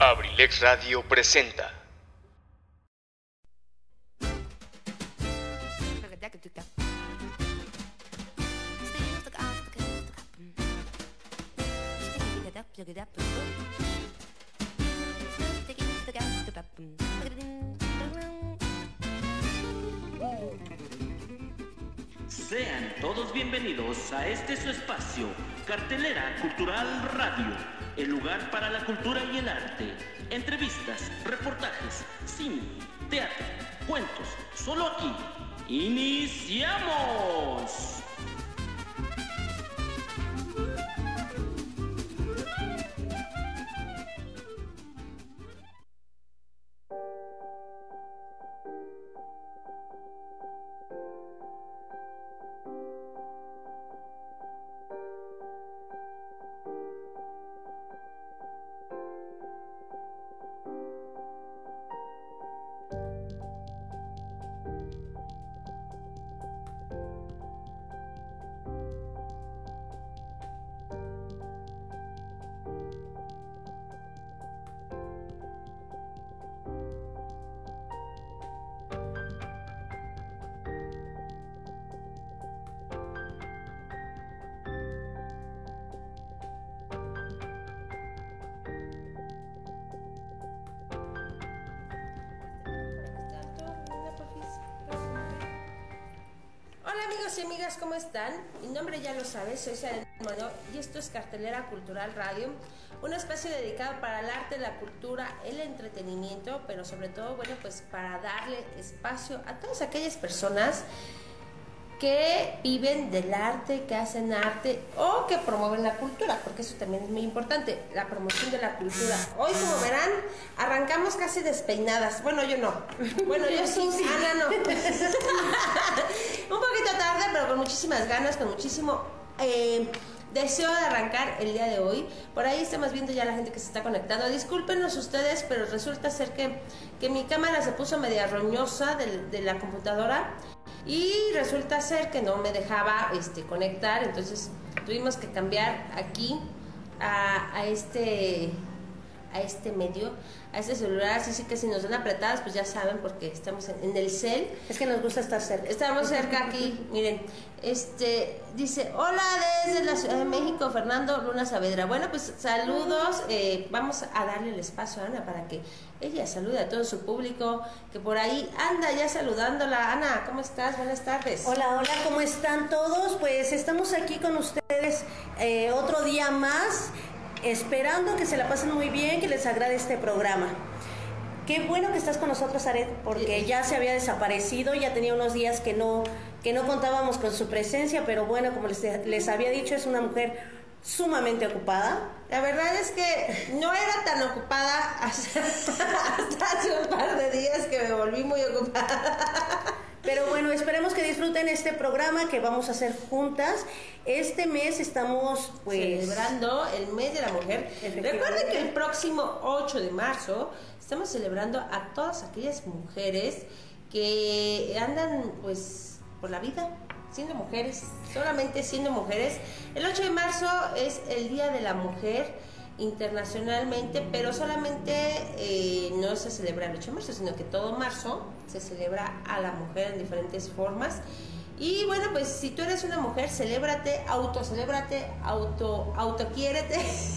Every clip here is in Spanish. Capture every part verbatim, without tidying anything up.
Abrilex Radio presenta. Sean todos bienvenidos a este su espacio, Cartelera Cultural Radio, el lugar para la cultura y el arte. Entrevistas, reportajes, cine, teatro, cuentos, solo aquí. ¡Iniciamos! Hola amigos y amigas, ¿cómo están? Mi nombre ya lo sabes, soy Sara Mono y esto es Cartelera Cultural Radio, un espacio dedicado para el arte, la cultura, el entretenimiento, pero sobre todo, bueno, pues para darle espacio a todas aquellas personas que viven del arte, que hacen arte o que promueven la cultura, porque eso también es muy importante, la promoción de la cultura. Hoy, como verán, arrancamos casi despeinadas. Bueno, yo no. Bueno, yo sí, Ana no. Un poquito tarde, pero con muchísimas ganas, con muchísimo eh, deseo de arrancar el día de hoy. Por ahí estamos viendo ya la gente que se está conectando. Discúlpenos ustedes, pero resulta ser que, que mi cámara se puso media roñosa de, de la computadora. Y resulta ser que no me dejaba este, conectar, entonces tuvimos que cambiar aquí a, a este a este medio, a este celular, así sí que si nos dan apretadas, pues ya saben, porque estamos en, en el cel. Es que nos gusta estar cerca. Estamos cerca aquí, miren, este, dice, hola desde la Ciudad de México, Fernando Luna Saavedra. Bueno, pues saludos, eh, vamos a darle el espacio a Ana para que ella salude a todo su público, que por ahí anda ya saludándola. Ana, ¿cómo estás? Buenas tardes. Hola, hola, ¿cómo están todos? Pues estamos aquí con ustedes eh, otro día más, esperando que se la pasen muy bien, que les agrade este programa. Qué bueno que estás con nosotros, Aret, porque ya se había desaparecido, ya tenía unos días que no, que no contábamos con su presencia, pero bueno, como les, les había dicho, es una mujer sumamente ocupada. La verdad es que no era tan ocupada hasta, hasta hace un par de días que me volví muy ocupada. Pero bueno, esperemos que disfruten este programa que vamos a hacer juntas. Este mes estamos pues celebrando el mes de la mujer. Recuerden que el próximo ocho de marzo estamos celebrando a todas aquellas mujeres que andan pues por la vida siendo mujeres, solamente siendo mujeres. El ocho de marzo es el Día de la Mujer internacionalmente, pero solamente eh, no se celebra el ocho de marzo, sino que todo marzo se celebra a la mujer en diferentes formas. Y bueno, pues si tú eres una mujer, celébrate, autocelébrate, auto, autoquiérete,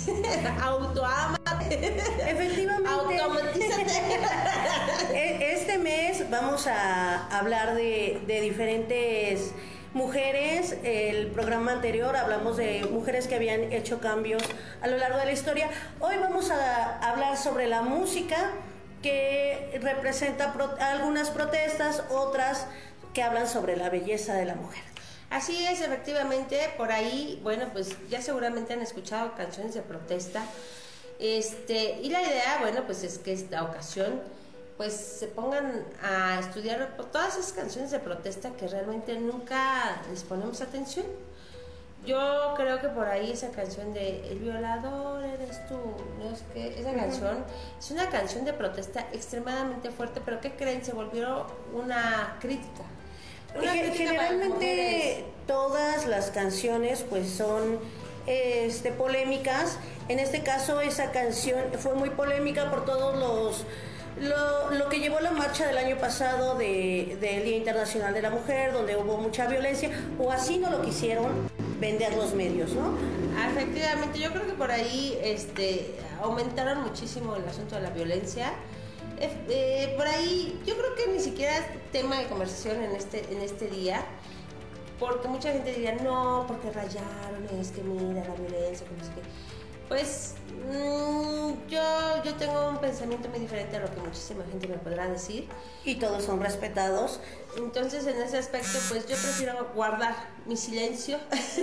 autoámate. Efectivamente. Automatízate. Este mes vamos a hablar de, de diferentes mujeres. El programa anterior hablamos de mujeres que habían hecho cambios a lo largo de la historia. Hoy vamos a hablar sobre la música, que representa pro- algunas protestas, otras que hablan sobre la belleza de la mujer. Así es, efectivamente, por ahí, bueno, pues ya seguramente han escuchado canciones de protesta. Este, y la idea, bueno, pues es que esta ocasión pues se pongan a estudiar todas esas canciones de protesta que realmente nunca les ponemos atención. Yo creo que por ahí esa canción de El violador eres tú, no sé qué, esa uh-huh. canción es una canción de protesta extremadamente fuerte, pero ¿qué creen? Se volvió una crítica. Una y crítica generalmente todas las canciones pues son este, polémicas En este caso, esa canción fue muy polémica por todos los... Lo, lo que llevó la marcha del año pasado de, del Día Internacional de la Mujer, donde hubo mucha violencia, o así no lo quisieron vender los medios, ¿no? Efectivamente, yo creo que por ahí este, aumentaron muchísimo el asunto de la violencia. Eh, eh, por ahí yo creo que ni siquiera es tema de conversación en este, en este día, porque mucha gente diría, no, porque rayaron, es que mira la violencia, que no sé qué. Pues mmm, yo, yo tengo un pensamiento muy diferente a lo que muchísima gente me podrá decir. Y todos son respetados. Entonces, en ese aspecto, pues yo prefiero guardar mi silencio.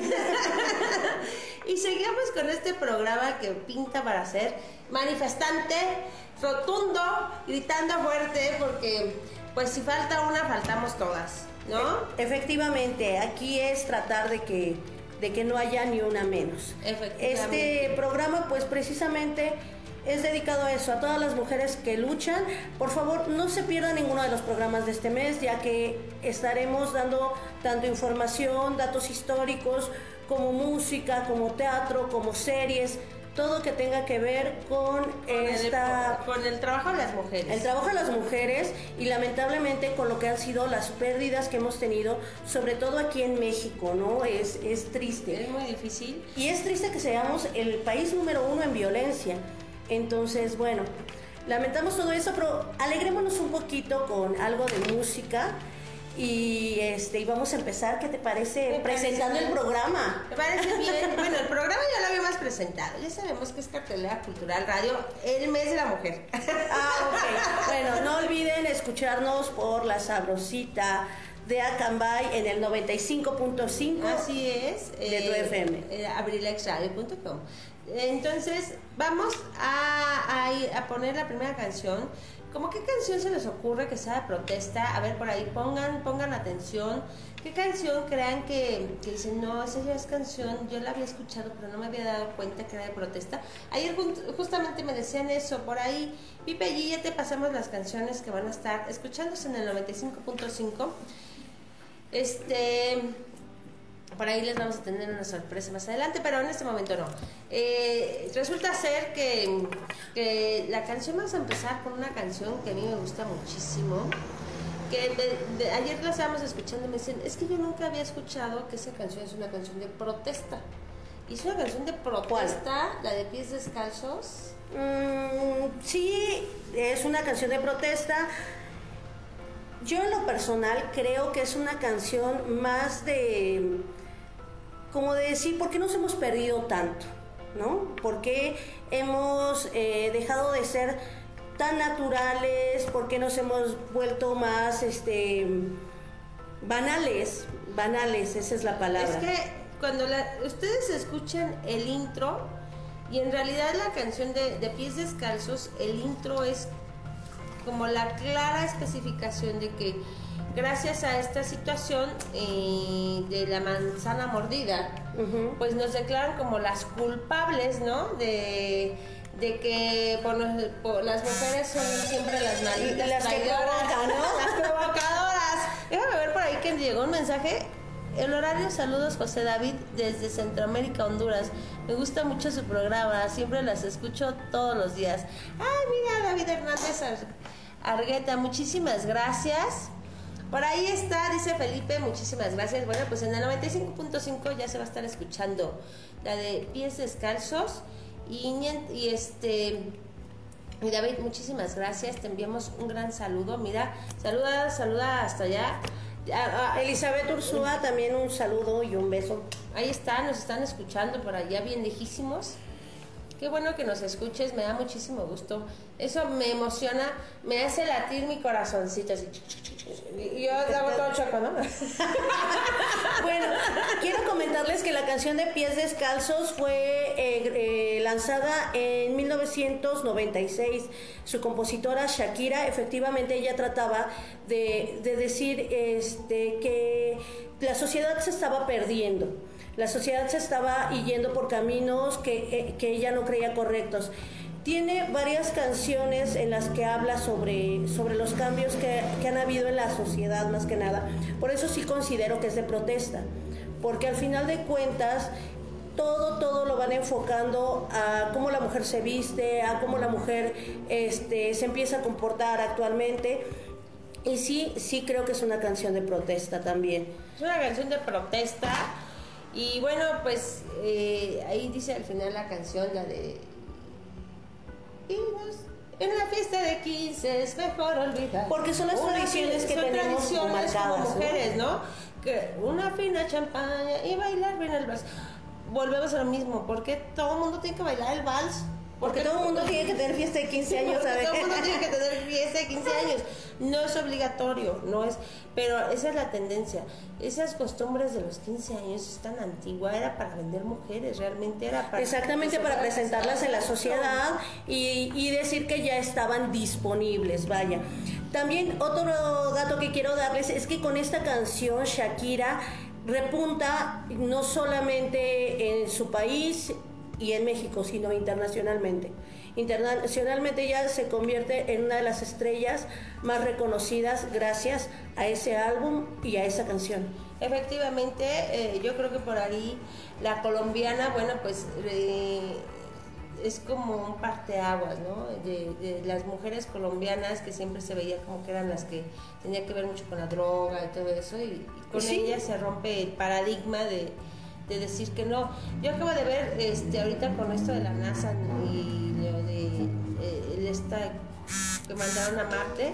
Y seguimos con este programa que pinta para ser manifestante, rotundo, gritando fuerte, porque pues si falta una, faltamos todas, ¿no? Efectivamente, aquí es tratar de que de que no haya ni una menos. Este programa pues precisamente es dedicado a eso, a todas las mujeres que luchan. Por favor, no se pierdan ninguno de los programas de este mes, ya que estaremos dando tanto información, datos históricos, como música, como teatro, como series, todo que tenga que ver con, con esta... El, con el trabajo de las mujeres. El trabajo de las mujeres y lamentablemente con lo que han sido las pérdidas que hemos tenido, sobre todo aquí en México, ¿no? Es, es triste. Es muy difícil. Y es triste que seamos el país número uno en violencia. Entonces, bueno, lamentamos todo eso, pero alegrémonos un poquito con algo de música. Y este y vamos a empezar, ¿qué te parece? Me presentando parece el programa. Me parece bien. Bueno, el programa ya lo habíamos presentado. Ya sabemos que es Cartelera Cultural Radio, el mes de la mujer. Ah, ok. Bueno, no olviden escucharnos por La Sabrosita de Acambay en el noventa y cinco punto cinco. Así es. De tu eh, F M. Eh, abrilexradio punto com. Entonces, vamos a, a, a poner la primera canción. ¿Cómo qué canción se les ocurre que sea de protesta? A ver, por ahí pongan pongan atención. ¿Qué canción crean que, que dicen, no, esa ya es canción, yo la había escuchado, pero no me había dado cuenta que era de protesta? Ayer justamente me decían eso, por ahí, Pipe, allí ya te pasamos las canciones que van a estar escuchándose en el noventa y cinco punto cinco. Este... Por ahí les vamos a tener una sorpresa más adelante, pero en este momento no. Eh, resulta ser que, que la canción, vamos a empezar con una canción que a mí me gusta muchísimo, que de, de, ayer la estábamos escuchando y me dicen, es que yo nunca había escuchado que esa canción es una canción de protesta. ¿Y es una canción de protesta, la de Pies Descalzos? Mm, sí, es una canción de protesta. Yo en lo personal creo que es una canción más de... como de decir, ¿por qué nos hemos perdido tanto? ¿No? ¿Por qué hemos eh, dejado de ser tan naturales? ¿Por qué nos hemos vuelto más este, banales? Banales, esa es la palabra. Es que cuando la, ustedes escuchan el intro, y en realidad la canción de, de Pies Descalzos, el intro es como la clara especificación de que gracias a esta situación eh, de la manzana mordida, uh-huh. pues nos declaran como las culpables, ¿no? De, de que por, por, las mujeres son siempre las malditas, las que provocan, ¿no? Las provocadoras. Déjame ver por ahí que llegó un mensaje. El horario, saludos José David desde Centroamérica, Honduras. Me gusta mucho su programa, siempre las escucho todos los días. Ay, mira, David Hernández Argueta, muchísimas gracias. Por ahí está, dice Felipe, muchísimas gracias. Bueno, pues en el noventa y cinco punto cinco ya se va a estar escuchando la de Pies Descalzos. Y, y este... Y David, muchísimas gracias, te enviamos un gran saludo. Mira, saluda, saluda hasta allá. A, a Elizabeth Ursúa también un saludo y un beso. Ahí está, nos están escuchando por allá bien lejísimos. Qué bueno que nos escuches, me da muchísimo gusto. Eso me emociona, me hace latir mi corazoncito así. Y yo hago todo choco, ¿no? Bueno, quiero comentarles que la canción de Pies Descalzos fue eh, eh, lanzada en mil novecientos noventa y seis. Su compositora Shakira, efectivamente ella trataba de, de decir este, que la sociedad se estaba perdiendo. La sociedad se estaba yendo por caminos que, que ella no creía correctos. Tiene varias canciones en las que habla sobre, sobre los cambios que, que han habido en la sociedad, más que nada. Por eso sí considero que es de protesta, porque al final de cuentas todo, todo lo van enfocando a cómo la mujer se viste, a cómo la mujer este, se empieza a comportar actualmente. Y sí, sí creo que es una canción de protesta también. Es una canción de protesta. Y bueno, pues eh, ahí dice al final la canción, la de... Y nos, en la fiesta de quince es mejor olvidar. Porque son las una tradiciones que son tenemos tradiciones marcadas, como mujeres, ¿no? ¿no? Que una fina champaña y bailar bien el vals. Volvemos a lo mismo, porque todo el mundo tiene que bailar el vals. Porque todo el mundo tiene que tener fiesta de quince años, ¿sabes? Todo el mundo tiene que tener fiesta de quince años. No es obligatorio, no es, pero esa es la tendencia. Esas costumbres de los quince años es tan antigua, era para vender mujeres, realmente era para... Exactamente, para presentarlas en la sociedad y, y decir que ya estaban disponibles, vaya. También otro dato que quiero darles es que con esta canción Shakira repunta no solamente en su país y en México, sino internacionalmente. Internacionalmente ya se convierte en una de las estrellas más reconocidas gracias a ese álbum y a esa canción. Efectivamente, eh, yo creo que por ahí la colombiana, bueno, pues eh, es como un parteaguas, ¿no? De, de las mujeres colombianas que siempre se veía como que eran las que tenía que ver mucho con la droga y todo eso, y, y con ¿Sí? ellas se rompe el paradigma de de decir que no. Yo acabo de ver este ahorita con esto de la NASA y lo de eh, esta que mandaron a Marte.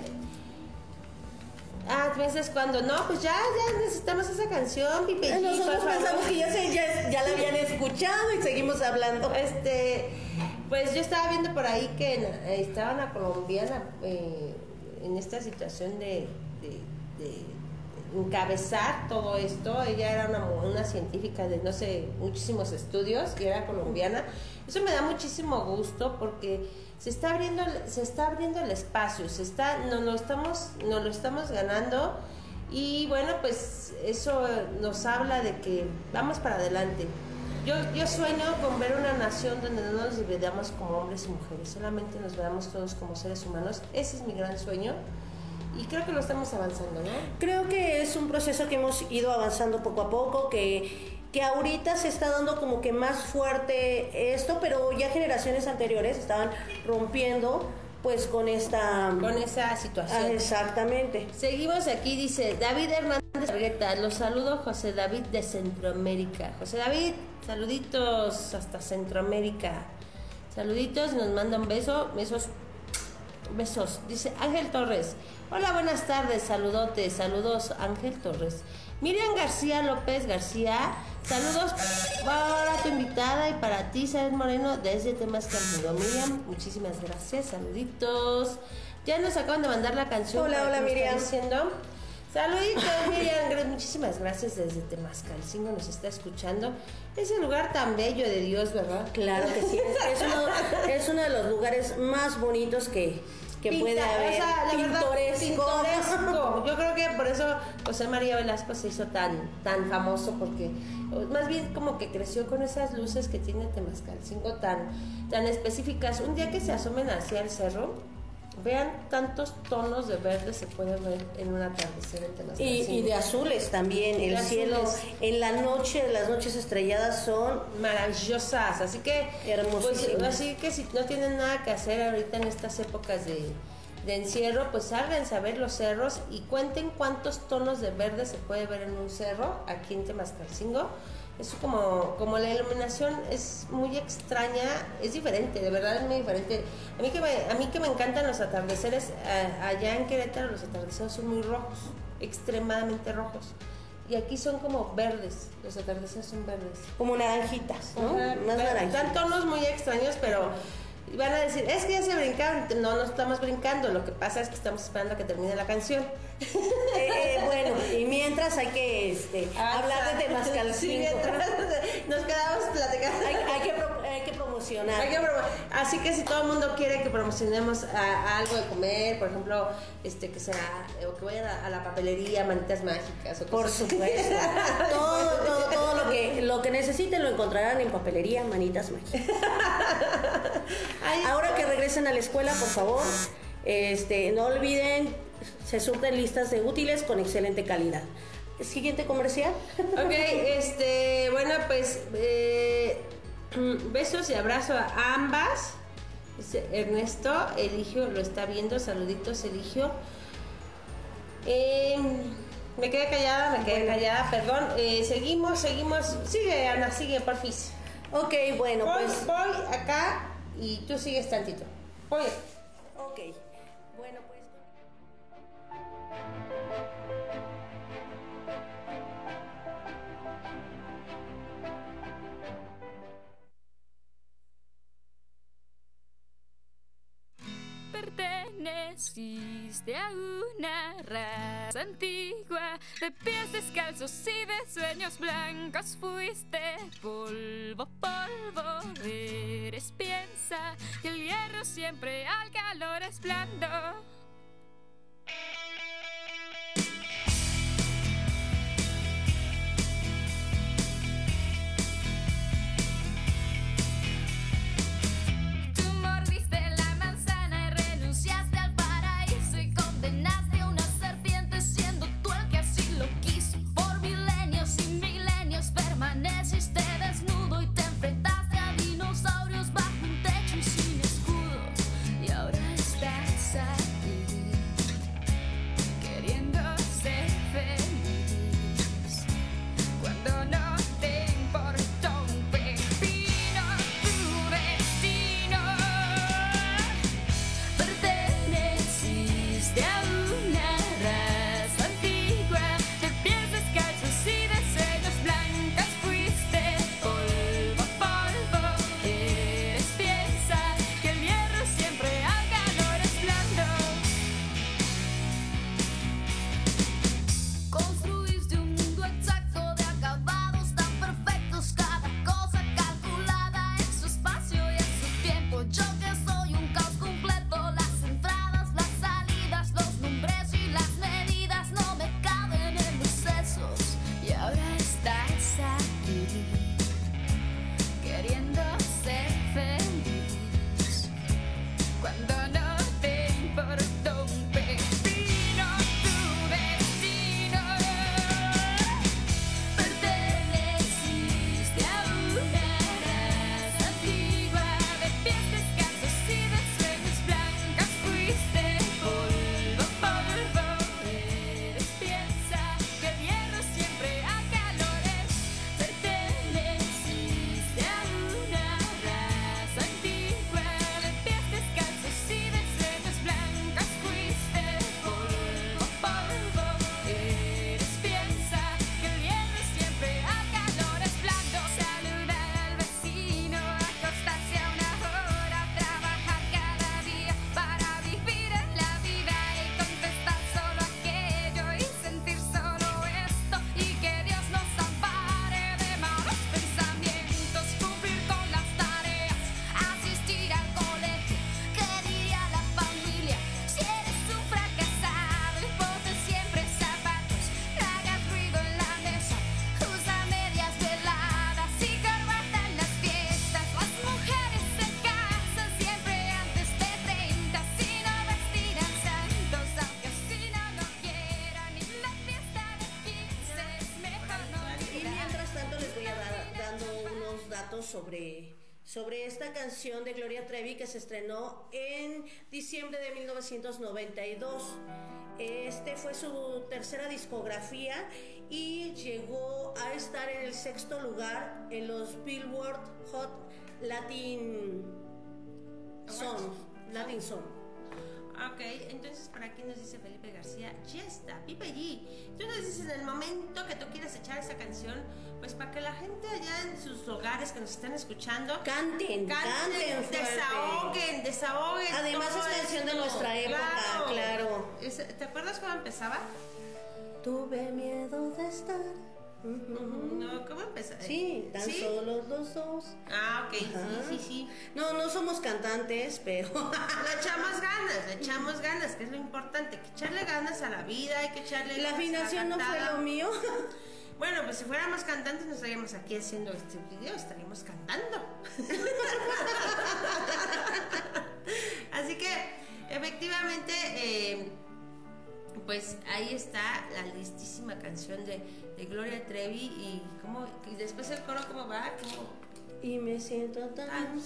Ah, ¿piensas cuando? No, pues ya, ya necesitamos esa canción, Pipe. Nosotros pensamos que ya, se, ya, ya la habían escuchado y seguimos hablando. Este, pues yo estaba viendo por ahí que eh, estaba una colombiana eh, en esta situación de, de, de encabezar todo esto. Ella era una, una científica de no sé, muchísimos estudios y era colombiana. Eso me da muchísimo gusto porque se está abriendo, se está abriendo el espacio, se está, nos lo estamos, nos lo estamos ganando, y bueno, pues eso nos habla de que vamos para adelante. Yo, yo sueño con ver una nación donde no nos dividamos como hombres y mujeres, solamente nos veamos todos como seres humanos. Ese es mi gran sueño. Y creo que lo estamos avanzando, ¿no? Creo que es un proceso que hemos ido avanzando poco a poco, que, que ahorita se está dando como que más fuerte esto, pero ya generaciones anteriores estaban rompiendo pues con esta... Con esa situación. Ah, exactamente. Seguimos aquí, dice David Hernández Argueta, los saludo José David de Centroamérica. José David, saluditos hasta Centroamérica. Saluditos, nos manda un beso, besos, besos. Dice Ángel Torres. Hola, buenas tardes, saludotes, saludos Ángel Torres. Miriam García López García, saludos para tu invitada y para ti, Isabel Moreno, desde Temascalcingo. Miriam, muchísimas gracias, saluditos. Ya nos acaban de mandar la canción. Hola, hola Miriam. Diciendo. Saluditos, Miriam, muchísimas gracias desde Temascalcingo, nos está escuchando. Ese lugar tan bello de Dios, ¿verdad? Claro que sí, es, es, uno, es uno de los lugares más bonitos que... que Pinta, puede haber, o sea, la pintoresco. Verdad, pintoresco. Yo creo que por eso José María Velasco se hizo tan, tan famoso, porque más bien como que creció con esas luces que tiene Temascalcingo tan, tan específicas. Un día que se asomen hacia el cerro, vean tantos tonos de verde se puede ver en un atardecer en Temascalcingo. Y, y de azules también, el azules. cielo en la noche, las noches estrelladas son maravillosas, así que hermosísimas. Pues, así que si no tienen nada que hacer ahorita en estas épocas de, de encierro, pues sálganse a ver los cerros y cuenten cuántos tonos de verde se puede ver en un cerro aquí en Temascalcingo. Es como, como la iluminación es muy extraña, es diferente, de verdad es muy diferente. A mí que me, a mí que me encantan los atardeceres, a, allá en Querétaro los atardeceres son muy rojos, extremadamente rojos. Y aquí son como verdes, los atardeceres son verdes. como naranjitas, ¿no? Ajá, Más naranjitas. Dan tonos muy extraños, pero van a decir, es que ya se brincaron. No, no estamos brincando, lo que pasa es que estamos esperando a que termine la canción. Eh, eh, bueno, y mientras hay que este, Ah, hablar de Temascalcingo. Sí, mientras nos quedamos platicando. hay, hay, que pro, hay que promocionar. Hay que promo- Así que si todo el mundo quiere que promocionemos a, a algo de comer, por ejemplo, este que sea, o que vayan a, a la papelería, manitas mágicas. O Por cosas así. supuesto. todo, todo, todo lo que, lo que necesiten lo encontrarán en papelería Manitas Mágicas. Ay, Ahora que regresen a la escuela, por favor, este, no olviden, se surten listas de útiles con excelente calidad. Siguiente comercial. Ok, este, bueno, pues eh, besos y abrazo a ambas. Ernesto, Eligio lo está viendo, saluditos, Eligio. Eh, me quedé callada, me quedé bueno. callada, perdón. Eh, seguimos, seguimos. Sigue, Ana, sigue, porfis. Ok, bueno, voy, pues. Voy acá y tú sigues tantito. Voy. Ok, bueno, pues. Perteneciste a una raza antigua, de pies descalzos y de sueños blancos. Fuiste polvo, polvo, eres piensa que el hierro siempre al calor es blando. Permaneciste desnudo y te enfrentaste a dinosaurios bajo un techo y sin escudos. Y ahora estás aquí, queriendo ser feliz, cuando no te importó un pepino tu destino. Perteneciste a una raza antigua, de pies descalzos y de sueños blancos. Sobre, sobre esta canción de Gloria Trevi que se estrenó en diciembre de mil novecientos noventa y dos. Este fue su tercera discografía y llegó a estar en el sexto lugar en los Billboard Hot Latin Songs. Latin Song. Ok, entonces para aquí nos dice Felipe García, ya está, Pipe G. Tú nos dices en el momento que tú quieras echar esa canción, pues para que la gente allá en sus hogares que nos están escuchando canten, canten, canten desahoguen, desahoguen. Además es canción de nuestra época, claro. claro. ¿Te acuerdas cómo empezaba? Tuve miedo de estar. Uh-huh. No, ¿cómo empezaba? Sí, tan ¿Sí? solos los dos. Ah, ok, sí, sí, sí. No, no somos cantantes, pero le echamos ganas, le echamos ganas, que es lo importante, que echarle ganas a la vida, hay que echarle la afinación no fue lo mío. Bueno, pues si fuéramos cantantes no estaríamos aquí haciendo este video, estaríamos cantando. Así que, efectivamente, eh, Pues ahí está la listísima canción de, de Gloria Trevi. Y cómo, y después el coro, ¿cómo va? ¿Cómo? Y me siento tan, Tan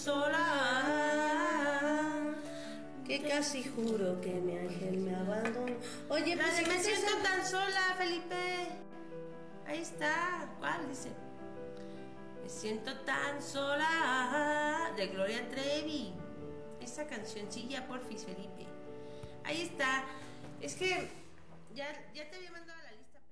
sola que casi juro que mi ángel me abandonó. Oye, La pues de si me este es siento el- tan sola, Felipe. Ahí está. ¿Cuál dice? Me siento tan sola, de Gloria Trevi. Esa cancioncilla, porfis, Felipe. Ahí está. Es que ya, ya te había mandado la lista.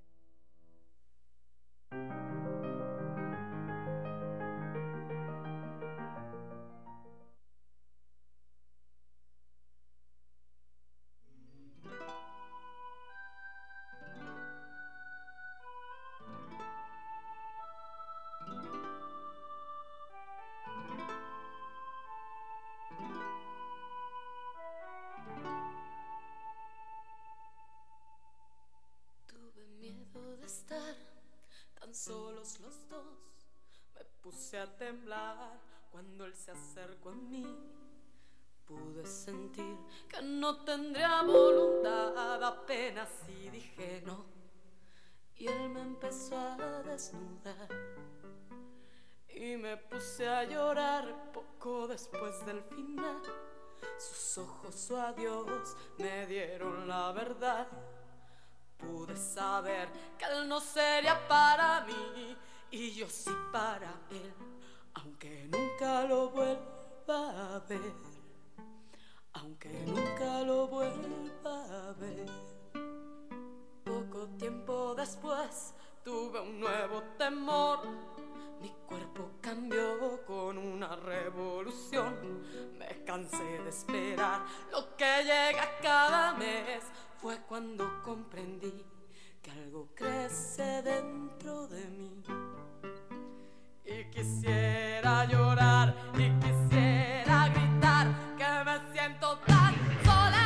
Tuve miedo de estar tan solos los dos. Me puse a temblar cuando él se acercó a mí. Pude sentir que no tendría voluntad apenas y dije no. Y él me empezó a desnudar y me puse a llorar poco después del final. Sus ojos, su adiós me dieron la verdad. Pude saber que él no sería para mí y yo sí para él, aunque nunca lo vuelva a ver, aunque nunca lo vuelva a ver. Poco tiempo después tuve un nuevo temor. Mi cuerpo cambió con una revolución. Me cansé de esperar lo que llega cada mes. Fue cuando comprendí que algo crece dentro de mí. Y quisiera llorar y quisiera gritar que me siento tan sola,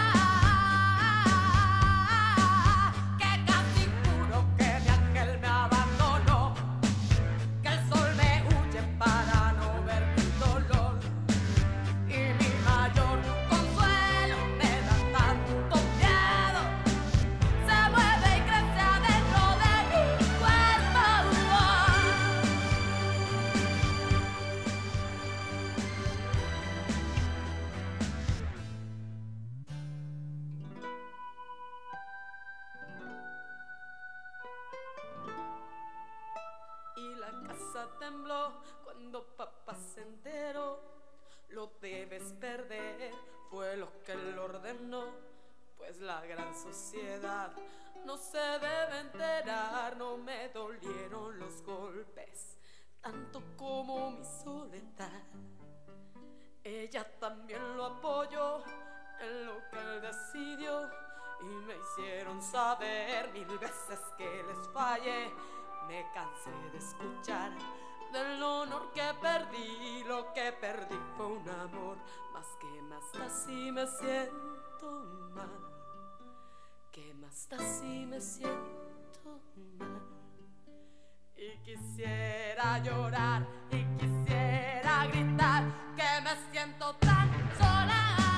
que casi juro que mi ángel me abandonó, que el sol me huye para no ver mi dolor. Y mi mayor consuelo me da tanto miedo, se mueve y crece adentro de mi cuerpo. Y la casa tembló cuando papá se enteró. Lo debes perder, fue lo que él ordenó. Pues la gran sociedad no se debe enterar. No me dolieron los golpes tanto como mi soledad. Ella también lo apoyó en lo que él decidió. Y me hicieron saber mil veces que les fallé. Me cansé de escuchar del honor que perdí. Lo que perdí fue un amor. Más que más da si me siento mal. Que más da si me siento mal. Y quisiera llorar y quisiera gritar que me siento tan sola,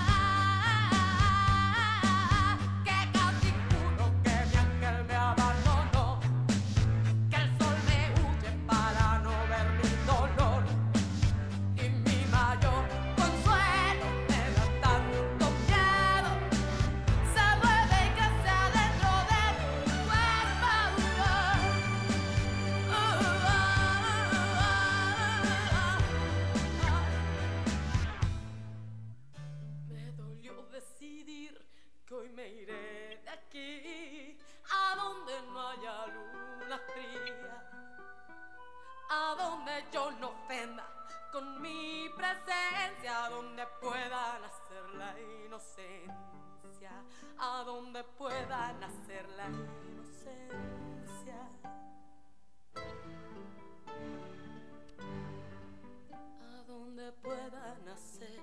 que casi juro que mi ángel me abandonó, que el sol me huye para no ver mi dolor. Y mi mayor consuelo me da tanto miedo, se mueve y crece adentro de mi cuerpo. Me dolió decidir que hoy me iré de aquí, a donde no haya luna fría, a donde yo no ofenda con mi presencia, donde pueda nacer la inocencia, a donde pueda nacer la inocencia, a donde pueda nacer.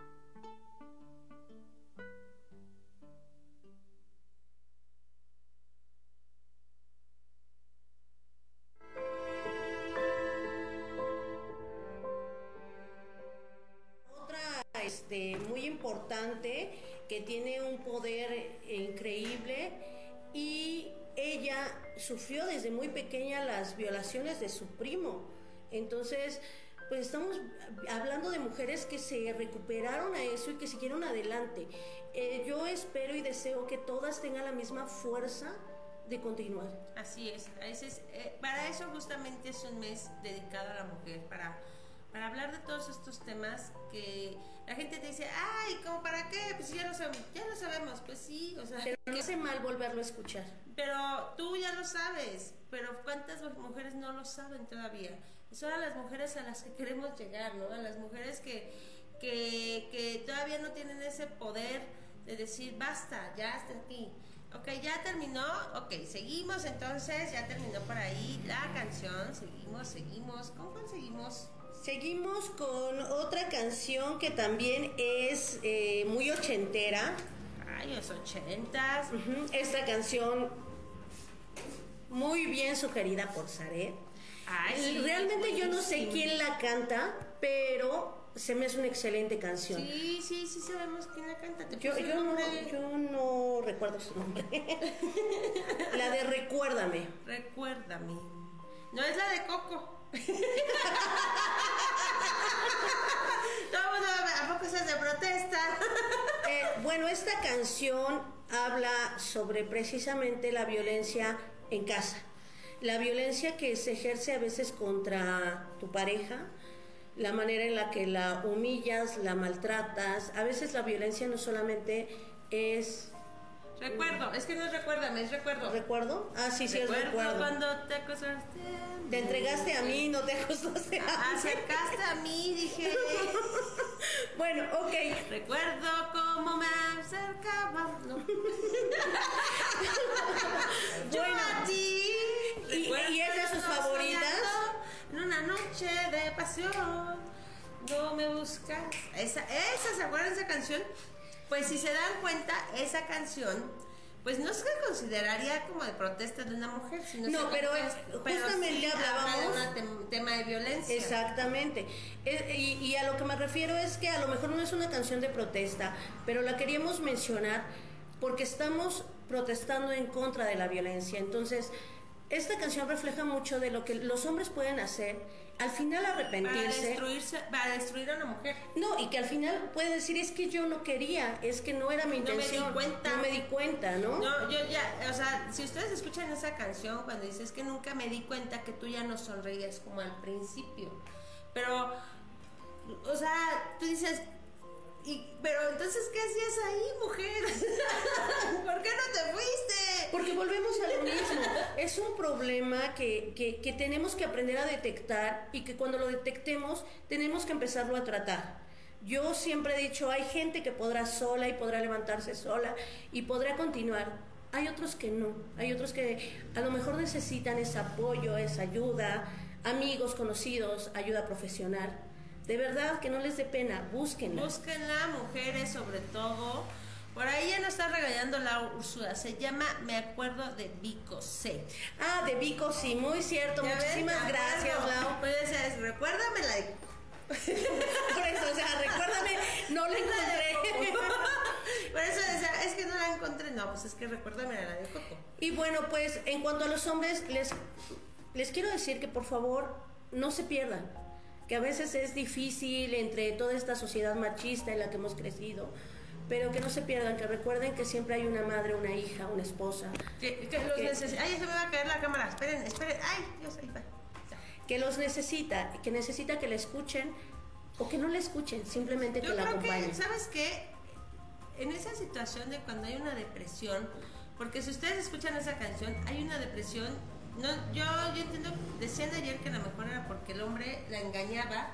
Otra este, muy importante que tiene un poder increíble y ella sufrió desde muy pequeña las violaciones de su primo. Entonces, pues estamos hablando de mujeres que se recuperaron a eso y que siguieron adelante. Eh, yo espero y deseo que todas tengan la misma fuerza de continuar. Así es, ese es eh, para eso justamente es un mes dedicado a la mujer, para, para hablar de todos estos temas que la gente te dice, ay, ¿cómo para qué? Pues ya lo sabemos, ya lo sabemos, pues sí, o sea... Pero no hace mal volverlo a escuchar. Pero tú ya lo sabes, pero ¿cuántas mujeres no lo saben todavía? Son a las mujeres a las que queremos llegar, ¿no? A las mujeres que, que, que todavía no tienen ese poder de decir, basta, ya hasta aquí. Ok, ya terminó, ok, seguimos entonces, ya terminó por ahí la canción, seguimos, seguimos, ¿cómo conseguimos? Seguimos con otra canción que también es eh, muy ochentera. Ay, los ochentas. Uh-huh. Esta canción muy bien sugerida por Zaret. Ay, sí, realmente yo no sé quién la canta, pero se me hace una excelente canción. Sí, sí, sí sabemos quién la canta. ¿Te yo, yo, no, yo no recuerdo su nombre. La de Recuérdame. Recuérdame. No es la de Coco. Todo mundo, ¿a poco es de protesta? eh, bueno, esta canción habla sobre precisamente la violencia en casa. La violencia que se ejerce a veces contra tu pareja, la manera en la que la humillas, la maltratas. A veces la violencia no solamente es... Recuerdo, es que no es recuérdame, es recuerdo. ¿Recuerdo? Ah, sí, sí, recuerdo es recuerdo. Cuando te acostaste. Te entregaste a mí, no te acostaste a mí. Acercaste a mí, dije. Bueno, ok. Recuerdo cómo me acercaba. No. Yo Bueno, a ti. ¿Y, y es de sus favoritas? En una noche de pasión. No me buscas. Esa, esa, ¿se acuerdan de esa canción? Pues si se dan cuenta, esa canción, pues no se consideraría como de protesta de una mujer, sino no, pero es, pero justamente sí hablábamos habla de un tema de violencia. Exactamente. Es, y, y a lo que me refiero es que a lo mejor no es una canción de protesta, pero la queríamos mencionar porque estamos protestando en contra de la violencia. Entonces, esta canción refleja mucho de lo que los hombres pueden hacer, al final arrepentirse. Para destruirse, para destruir a una mujer. No, y que al final puede decir, es que yo no quería, es que no era mi intención. No me di cuenta. No me di cuenta, ¿no? No, yo ya, o sea, si ustedes escuchan esa canción cuando dices que nunca me di cuenta que tú ya no sonreías como al principio. Pero, o sea, tú dices... Y, pero entonces, ¿qué hacías ahí, mujer? ¿Por qué no te fuiste? Porque volvemos a lo mismo. Es un problema que, que, que tenemos que aprender a detectar y que cuando lo detectemos tenemos que empezarlo a tratar. Yo siempre he dicho, hay gente que podrá sola y podrá levantarse sola y podrá continuar. Hay otros que no. Hay otros que a lo mejor necesitan ese apoyo, esa ayuda, amigos, conocidos, ayuda profesional. De verdad, que no les dé pena, búsquenla. Búsquenla, mujeres sobre todo. Por ahí ya nos está regañando la Úrsula. Se llama Me acuerdo de Vico C. Ah, de Vico, sí, muy cierto. Muchísimas ven, gracias, Lau. Pues decías, recuérdame la de... Por eso, o sea, recuérdame, no la encontré. Por eso decía, es que no la encontré. No, pues es que recuérdame la de Coco. Y bueno, pues en cuanto a los hombres, les, les quiero decir que por favor no se pierdan. Que a veces es difícil entre toda esta sociedad machista en la que hemos crecido, pero que no se pierdan, que recuerden que siempre hay una madre, una hija, una esposa. Que, que los necesita. Ay, se me va a caer la cámara. Esperen, esperen. Ay, Dios, ahí va. Que los necesita, que necesita que la escuchen o que no la escuchen, simplemente que Yo la creo acompañen. Que, ¿sabes qué? En esa situación de cuando hay una depresión, porque si ustedes escuchan esa canción, hay una depresión. No, yo, yo entiendo, decían ayer que a lo mejor era porque el hombre la engañaba.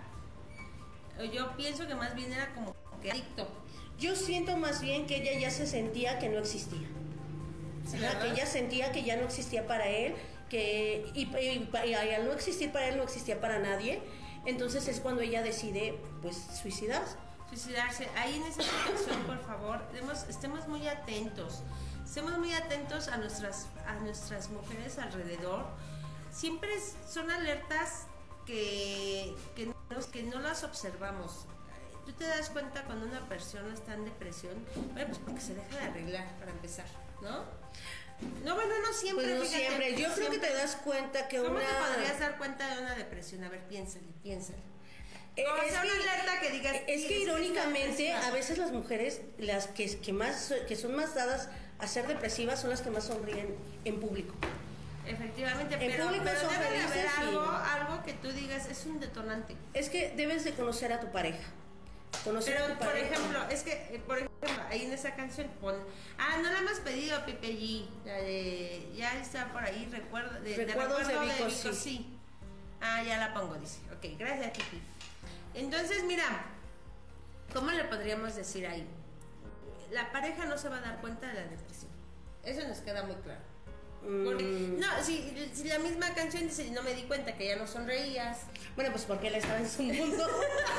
Yo pienso que más bien era como que adicto. Yo siento más bien que ella ya se sentía que no existía. Sí, Ajá, que ella sentía que ya no existía para él, que y, y, y al no existir para él no existía para nadie. Entonces es cuando ella decide, pues, suicidarse. Suicidarse. Ahí en esa situación, por favor, estemos, estemos muy atentos. Estemos muy atentos a nuestras, a nuestras mujeres alrededor. Siempre son alertas que, que, no, que no las observamos. Tú te das cuenta cuando una persona está en depresión, bueno, pues porque se deja de arreglar para empezar, ¿no? No, bueno, no siempre. Pues no fíjate, siempre. Yo siempre. creo que te das cuenta que ¿Cómo una... te podrías dar cuenta de una depresión? A ver, piénsale, piénsale. Eh, O es sea, que, una alerta que digas, es sí, que es irónicamente depresiva. a veces las mujeres las que, que más que son más dadas a ser depresivas son las que más sonríen en público. Efectivamente, En pero, público pero son debe de haber felices y- algo, algo que tú digas es un detonante. Es que debes de conocer a tu pareja. Conocer a Pero, tu por pareja. ejemplo, es que, eh, por ejemplo, ahí en esa canción pone, ah, no la hemos pedido, Pepe G, la de, ya está por ahí, recuerdo, de, de Recuerdos de recuerdo Vico, Vico, sí. sí. Ah, ya la pongo, dice. Ok, gracias, Pipi. Entonces, mira, ¿cómo le podríamos decir ahí? La pareja no se va a dar cuenta de la depresión. Eso nos queda muy claro. Porque, Mm, no, si, si la misma canción dice, no me di cuenta que ya no sonreías. Bueno, pues porque él estaba en su mundo.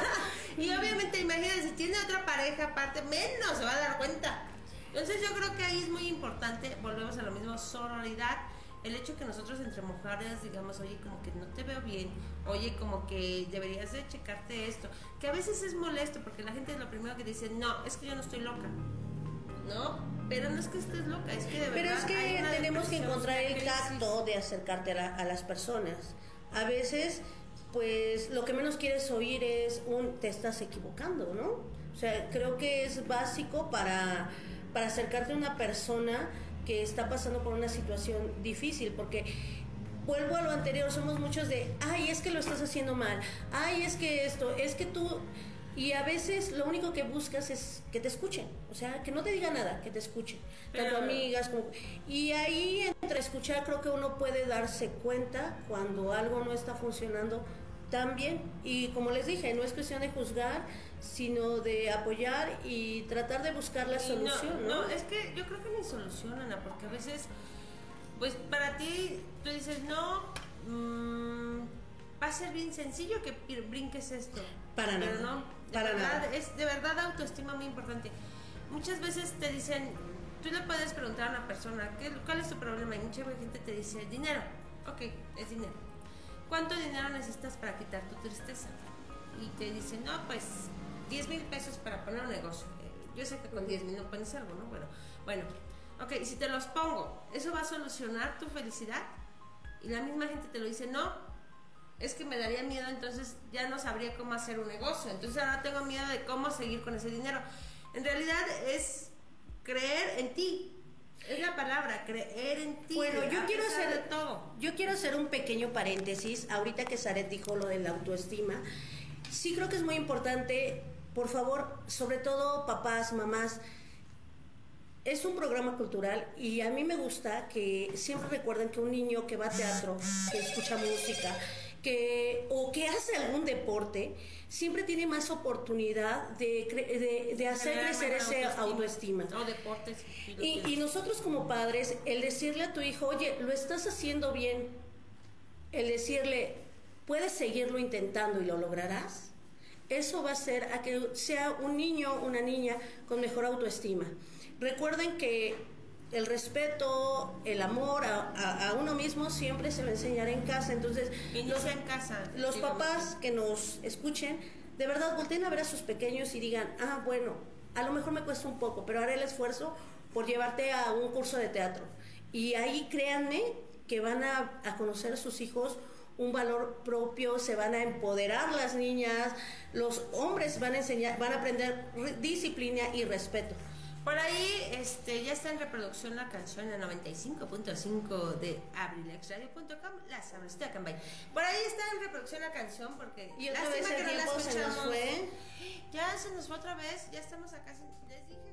Y obviamente, imagínate, si tiene otra pareja aparte, menos se va a dar cuenta. Entonces yo creo que ahí es muy importante, volvemos a lo mismo, sororidad. El hecho que nosotros entre mujeres digamos, oye, como que no te veo bien, oye, como que deberías de checarte esto, que a veces es molesto porque la gente es lo primero que dice, no, es que yo no estoy loca, ¿no? Pero no es que estés loca, es que de verdad Pero es hay que una tenemos que depresión, encontrar una el crisis. tacto de acercarte a, la- a las personas. A veces, pues lo que menos quieres oír es un te estás equivocando, ¿no? O sea, creo que es básico para, para acercarte a una persona que está pasando por una situación difícil, porque vuelvo a lo anterior, somos muchos de, ay, es que lo estás haciendo mal, ay, es que esto, es que tú... Y a veces lo único que buscas es que te escuchen, o sea, que no te diga nada, que te escuchen, tanto Pero- amigas como... Y ahí entre escuchar creo que uno puede darse cuenta cuando algo no está funcionando tan bien. Y como les dije, no es cuestión de juzgar, sino de apoyar y tratar de buscar la Y solución, ¿no? No, es que yo creo que ni solución, Ana, porque a veces, pues para ti, tú dices, no, mmm, va a ser bien sencillo que pir- brinques esto. Para Pero nada, no, de para verdad, nada. es de verdad autoestima muy importante. Muchas veces te dicen, tú le puedes preguntar a una persona, ¿qué, ¿cuál es tu problema? Y mucha gente te dice, dinero. Ok, es dinero. ¿Cuánto dinero necesitas para quitar tu tristeza? Y te dicen, no, pues diez mil pesos para poner un negocio. Eh, Yo sé que con diez mil no pones algo, ¿no? Bueno, bueno, ok, si te los pongo, ¿eso va a solucionar tu felicidad? Y la misma gente te lo dice, no, es que me daría miedo, entonces ya no sabría cómo hacer un negocio. Entonces ahora tengo miedo de cómo seguir con ese dinero. En realidad es creer en ti. Es la palabra, creer en ti. Bueno, yo a quiero pesar hacer de todo. Yo quiero hacer un pequeño paréntesis. Ahorita que Zaret dijo lo de la autoestima, sí creo que es muy importante, por favor, sobre todo papás, mamás. Es un programa cultural y a mí me gusta que siempre recuerden que un niño que va a teatro, que escucha música, que o que hace algún deporte, siempre tiene más oportunidad de, cre- de, de hacer Generar crecer buena esa autoestima. O deportes. si lo Y, quieres. y nosotros como padres, el decirle a tu hijo, oye, lo estás haciendo bien, el decirle, puedes seguirlo intentando y lo lograrás, eso va a hacer a que sea un niño, una niña con mejor autoestima. Recuerden que el respeto, el amor a, a- a uno mismo siempre se va a enseñar en casa, entonces Inicia en casa. los digamos. papás que nos escuchen, de verdad volteen a ver a sus pequeños y digan, ah, bueno, a lo mejor me cuesta un poco, pero haré el esfuerzo por llevarte a un curso de teatro. Y ahí créanme que van a, a conocer a sus hijos un valor propio, se van a empoderar las niñas, los hombres van a enseñar, van a aprender re- disciplina y respeto. Por ahí este, ya está en reproducción la canción en noventa y cinco punto cinco de abrilexradio punto com, la sabrosita Cambay. Por ahí está en reproducción la canción porque Y otra vez lástima el que no la tiempo se nos escuchamos. fue. Ya se nos fue otra vez, ya estamos acá, les dije.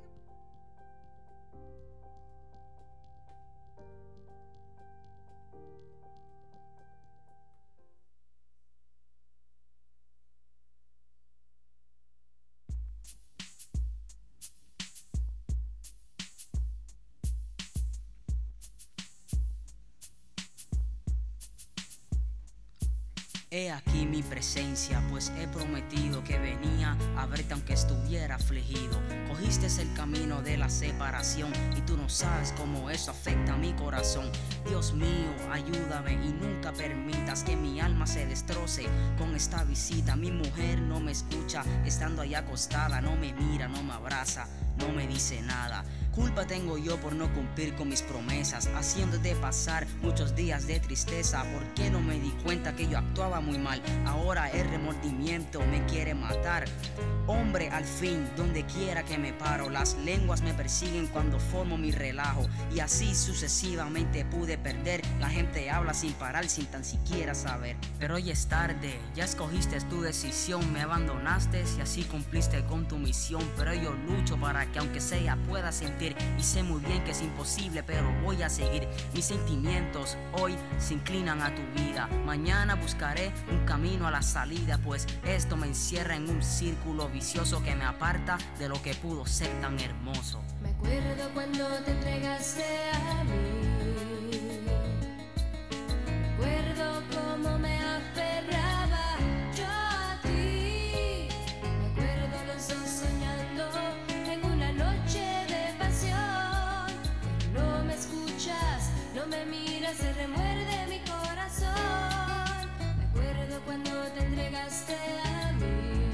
He aquí mi presencia, pues he prometido que venía a verte aunque estuviera afligido. Cogiste el camino de la separación y tú no sabes cómo eso afecta a mi corazón. Dios mío, ayúdame y nunca permitas que mi alma se destroce con esta visita. Mi mujer no me escucha estando ahí acostada, no me mira, no me abraza, no me dice nada. Culpa tengo yo por no cumplir con mis promesas, haciéndote pasar muchos días de tristeza. ¿Por qué no me di cuenta que yo actuaba muy mal? Ahora el remordimiento me quiere matar. Hombre, al fin, donde quiera que me paro, las lenguas me persiguen cuando formo mi relajo. Y así sucesivamente pude perder. La gente habla sin parar, sin tan siquiera saber. Pero hoy es tarde, ya escogiste tu decisión. Me abandonaste y así cumpliste con tu misión. Pero yo lucho para que aunque sea pueda sentir. Y sé muy bien que es imposible, pero voy a seguir. Mis sentimientos hoy se inclinan a tu vida. Mañana buscaré un camino a la salida, pues esto me encierra en un círculo vicioso que me aparta de lo que pudo ser tan hermoso. Me acuerdo cuando te entregaste a mí. Me acuerdo cómo me aferraba yo a ti. Me acuerdo los dos soñando en una noche de pasión. No me escuchas, no me miras, se remuerde mi corazón. Me acuerdo cuando te entregaste a mí.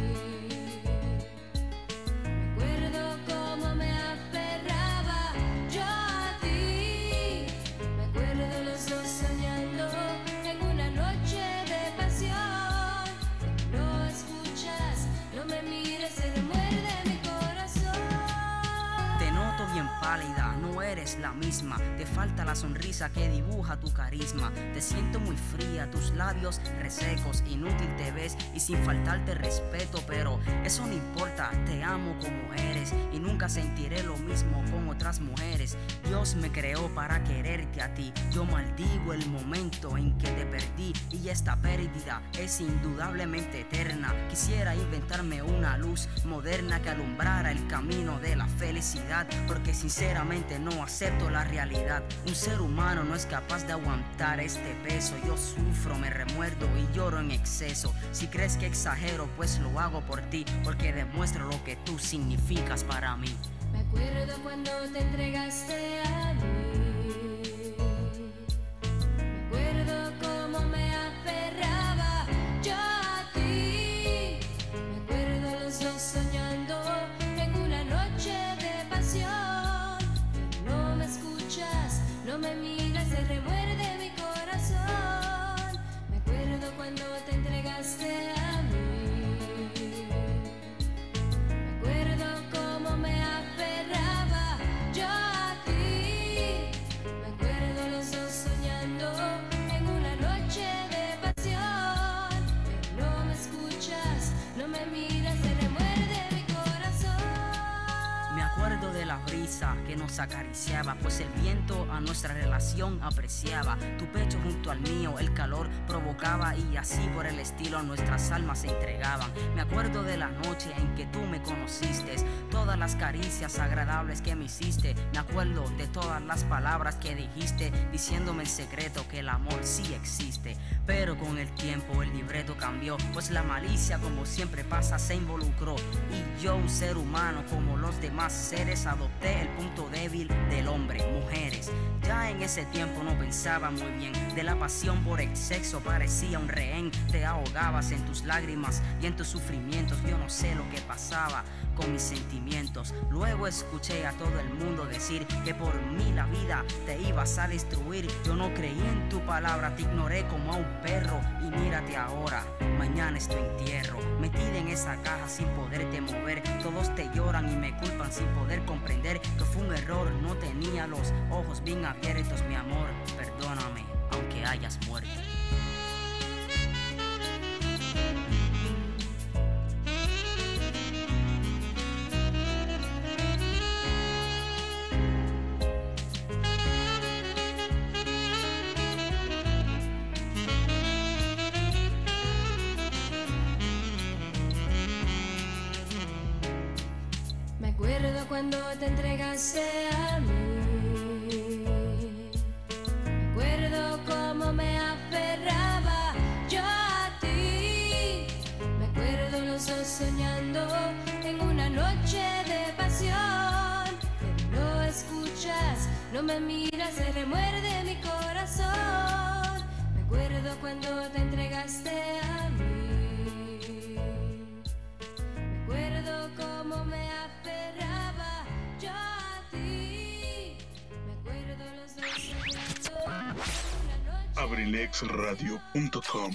Pálida, no eres la misma, te falta la sonrisa que dibuja tu carisma. Te siento muy fría, tus labios resecos, inútil te ves y sin faltarte respeto, pero eso no importa, te amo como eres y nunca sentiré lo mismo con otras mujeres. Dios me creó para quererte a ti, yo maldigo el momento en que te perdí y esta pérdida es indudablemente eterna. Quisiera inventarme una luz moderna que alumbrara el camino de la felicidad, porque sinceramente no acepto la realidad. Un ser humano no es capaz de aguantar este peso. Yo sufro, me remuerdo y lloro en exceso. Si crees que exagero, pues lo hago por ti, porque demuestro lo que tú significas para mí. Me acuerdo cuando te entregaste a mí. Me acuerdo cómo me aferraba yo a ti. Me acuerdo los dos soñando en una noche de pasión. No me escuchas, no me miras, se remuerde mi corazón. Me acuerdo cuando te entregaste a mí. Me acuerdo cómo me aferraba yo a ti. Me acuerdo los dos soñando en una noche de pasión. No me escuchas, no me miras, se remuerde mi corazón. Me acuerdo de la brisa que nos acariciaba, pues el viento a nuestra relación apreciaba. Tu pecho junto al mío, el calor provocaba y así por el estilo nuestras almas se entregaban. Me acuerdo de la noche en que tú me conociste, todas las caricias agradables que me hiciste. Me acuerdo de todas las palabras que dijiste, diciéndome en secreto que el amor sí existe. Pero con el tiempo el libreto cambió, pues la malicia como siempre pasa se involucró. Y yo, un ser humano como los demás seres, adopté el punto débil del hombre, mujeres. Ya en ese tiempo no pensaba muy bien de la pasión por el sexo, parecía un rehén. Te ahogabas en tus lágrimas y en tus sufrimientos. Yo no sé lo que pasaba con mis sentimientos. Luego escuché a todo el mundo decir que por mí la vida te ibas a destruir. Yo no creí en tu palabra, te ignoré como a un perro. Y mírate ahora, mañana es tu entierro, metida en esa caja sin poderte mover. Todos te lloran y me culpan sin poder comprender que fue un error. No tenía los ojos bien abiertos, mi amor, perdóname aunque hayas muerto. Me acuerdo cuando te entregaste a mí. Me acuerdo cómo me aferraba yo a ti. Me acuerdo los dos soñando en una noche de pasión. No escuchas, no me miras, se remuerde mi corazón. Me acuerdo cuando te entregaste a mí. Me acuerdo cómo me aferraba yo a ti. abrilex radio punto com.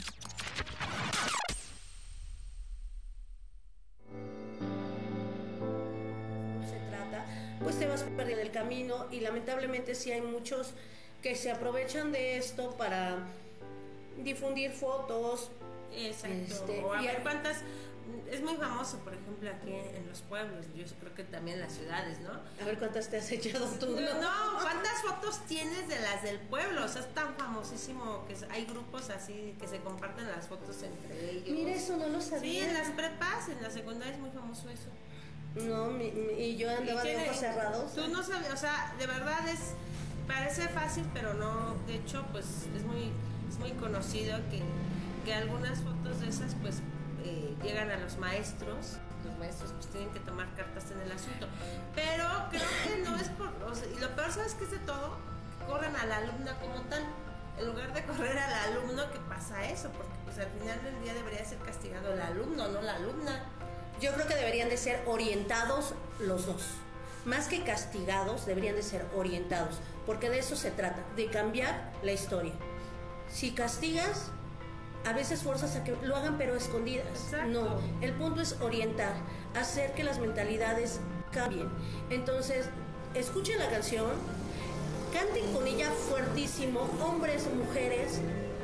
Se trata, pues te vas perdiendo el camino y lamentablemente sí hay muchos que se aprovechan de esto para difundir fotos. Exacto. Este, o a y ver hay- cuántas. Es muy famoso, por ejemplo, aquí en los pueblos. Yo creo que también en las ciudades, ¿no? A ver cuántas te has echado tú. No, ¿cuántas fotos tienes de las del pueblo? O sea, es tan famosísimo que hay grupos así que se comparten las fotos entre ellos. Mira, eso no lo sabía. Sí, en las prepas, en la secundaria es muy famoso eso. No, mi- mi- y yo andaba Y de tiene- ojos cerrados. Tú no sabes, o sea, de verdad es, parece fácil, pero no. De hecho, pues es muy, es muy conocido que, que algunas fotos de esas, pues eh, llegan a los maestros. Los maestros pues tienen que tomar cartas en el asunto. Pero creo que no es por, o sea, y lo peor, ¿sabes qué es de todo? Que corren a la alumna como tal. En lugar de correr al alumno, que pasa eso, porque pues al final del día debería ser castigado el alumno, no la alumna. Yo creo que deberían de ser orientados los dos. Más que castigados, deberían de ser orientados, porque de eso se trata, de cambiar la historia. Si castigas, a veces forzas a que lo hagan pero a escondidas. Exacto. No, el punto es orientar, hacer que las mentalidades cambien. Entonces, escuchen la canción, canten con ella fuertísimo, hombres, mujeres,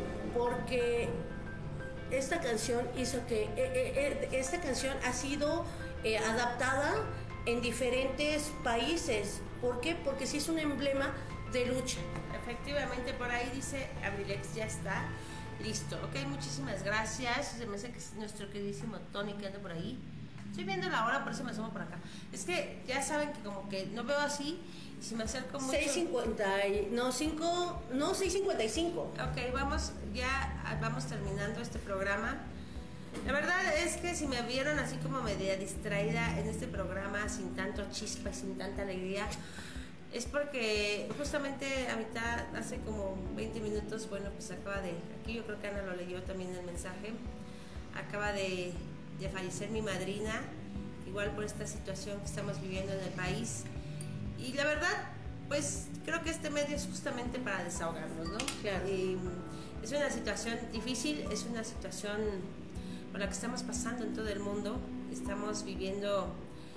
porque esta canción hizo que eh, eh, eh, esta canción ha sido eh, adaptada en diferentes países. ¿Por qué? Porque sí es un emblema de lucha. Efectivamente, por ahí dice Abrilex, ya está listo. Ok, muchísimas gracias. Se me hace que es nuestro queridísimo Tony que anda por ahí. Estoy viendo la hora, por eso me asomo por acá. Es que ya saben que como que no veo así y si me acerco mucho... seis cincuenta, y- no, cinco, no, seis cincuenta y cinco. Ok, vamos, ya vamos terminando este programa. La verdad es que si me vieron así como media distraída en este programa, sin tanto chispa y sin tanta alegría, es porque justamente a mitad, hace como veinte minutos, bueno, pues acaba de, aquí yo creo que Ana lo leyó también el mensaje, acaba de, de fallecer mi madrina, igual por esta situación que estamos viviendo en el país. Y la verdad, pues creo que este medio es justamente para desahogarnos, ¿no? Claro. Eh, es una situación difícil, es una situación por la que estamos pasando en todo el mundo. Estamos viviendo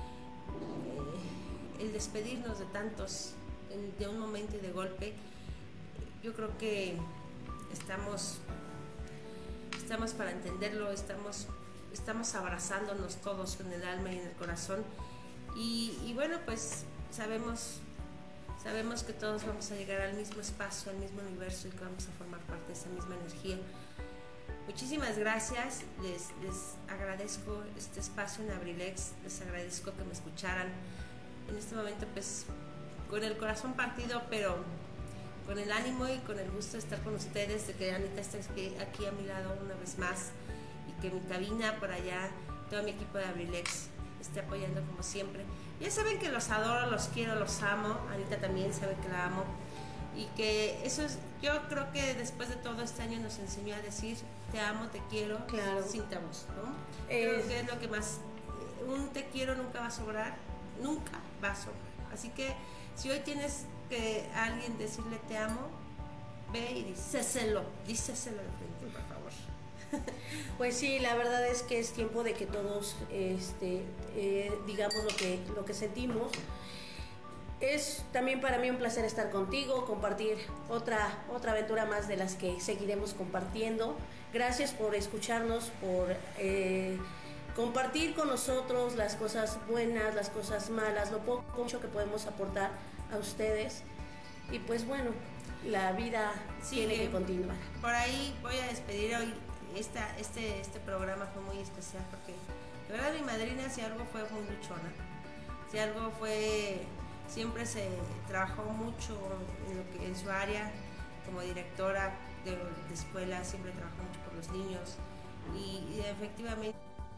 eh, el despedirnos de tantos en- de un momento y de golpe. Yo creo que estamos, estamos para entenderlo, estamos, estamos abrazándonos todos con el alma y en el corazón. Y, y bueno, pues sabemos, sabemos que todos vamos a llegar al mismo espacio, al mismo universo y que vamos a formar parte de esa misma energía. Muchísimas gracias, les, les agradezco este espacio en Abrilex, les agradezco que me escucharan. En este momento pues con el corazón partido, pero con el ánimo y con el gusto de estar con ustedes, de que Anita esté aquí, aquí a mi lado una vez más y que mi cabina por allá, todo mi equipo de Abrilex esté apoyando como siempre. Ya saben que los adoro, los quiero, los amo. Anita también sabe que la amo. Y que eso es, yo creo que después de todo este año nos enseñó a decir te amo, te quiero, Claro. sin tabús, ¿no? Eh, Creo que es lo que más, un te quiero nunca va a sobrar, nunca va a sobrar. Así que si hoy tienes que a alguien decirle te amo, ve y díceselo, díceselo de frente, por favor. Pues sí, la verdad es que es tiempo de que todos este, eh, digamos lo que, lo que sentimos. Es también para mí un placer estar contigo, compartir otra, otra aventura más de las que seguiremos compartiendo. Gracias por escucharnos, por eh, compartir con nosotros las cosas buenas, las cosas malas, lo poco mucho que podemos aportar a ustedes. Y pues bueno, la vida Sí, tiene que eh, continuar. Por ahí voy a despedir hoy. Esta, este, este programa fue muy especial porque de verdad mi madrina, si algo fue muy luchona, si algo fue, siempre se trabajó mucho en, lo que, en su área como directora de, de escuela, siempre trabajó mucho por los niños y, y efectivamente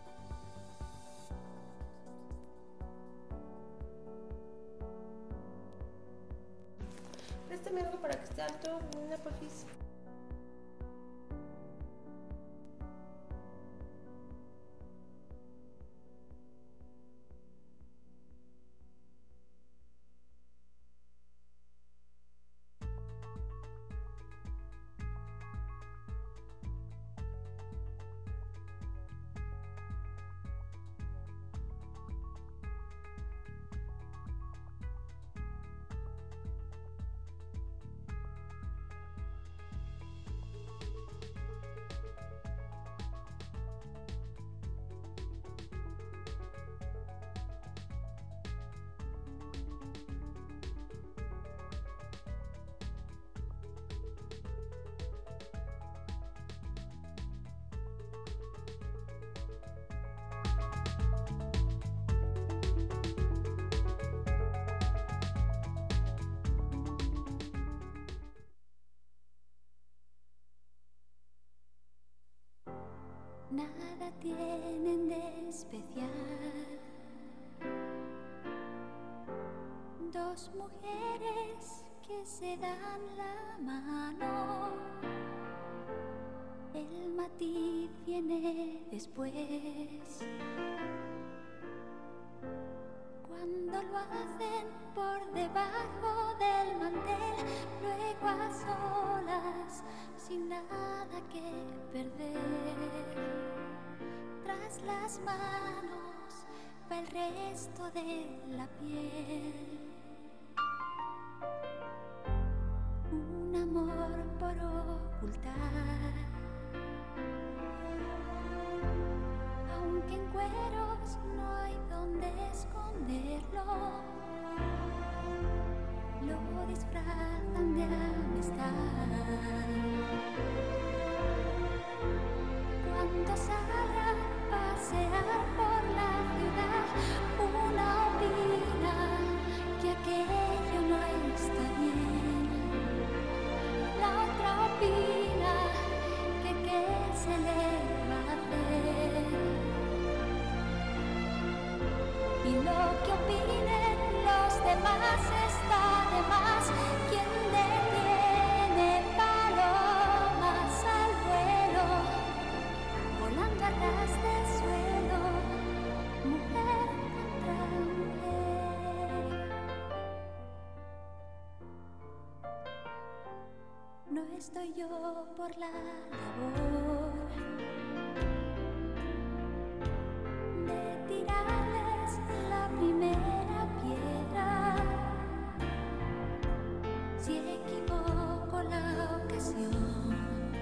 préstame algo para que esté alto, una porfis. nada tienen de especial. Dos mujeres que se dan la mano, el matiz viene después. Cuando lo hacen por debajo del mantel, luego a solas, sin nada que perder. Tras las manos va el resto de la piel. Un amor por ocultar, aunque en cueros no hay donde esconderlo, lo disfrazan de amistad. Cuando salga a pasear por la ciudad, una opina que aquello no está bien, la otra opina que qué se le va a hacer. Y lo que opinen los demás está de más. Quien detiene palomas al vuelo, volando a ras de suelo, mujer contra mujer. No estoy yo por la labor de tirarles la primera piedra. Si equivoco la ocasión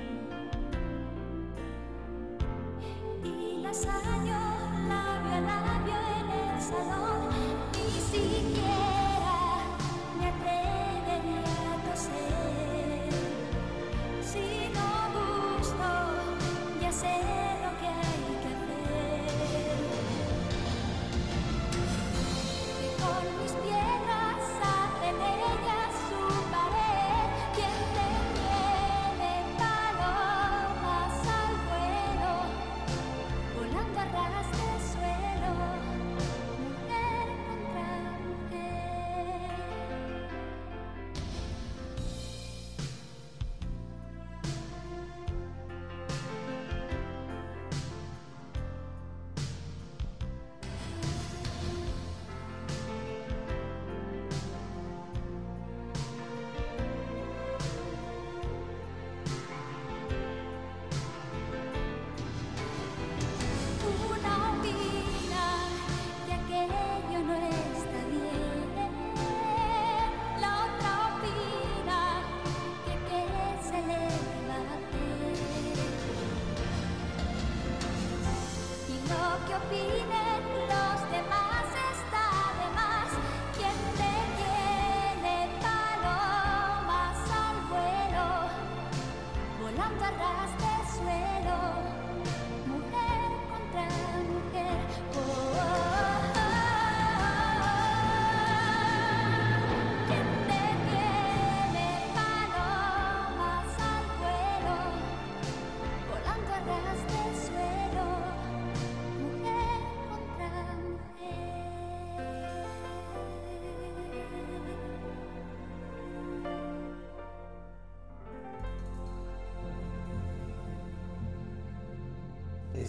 y las hallo labio a labio en el salón, ni siquiera me atrevería a toser. Si no gusto, ya sé lo que hay que hacer. Que con mis piedras hacen ellas su pared. Quien te tiene palomas al vuelo, volando a ras de suelo, mujer contra mujer. Una opina que aquello no está bien, la otra opina que qué se le va a hacer. Y lo que opinen los demás está de más. Quien te tiene palomas al vuelo, volando a ras de suelo, mujer contra mujer. Oh, oh, oh. Quien te tiene palomas al vuelo, volando a ras de suelo, mujer contra mujer.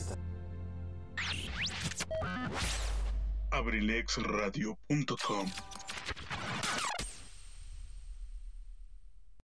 abrilexradio punto com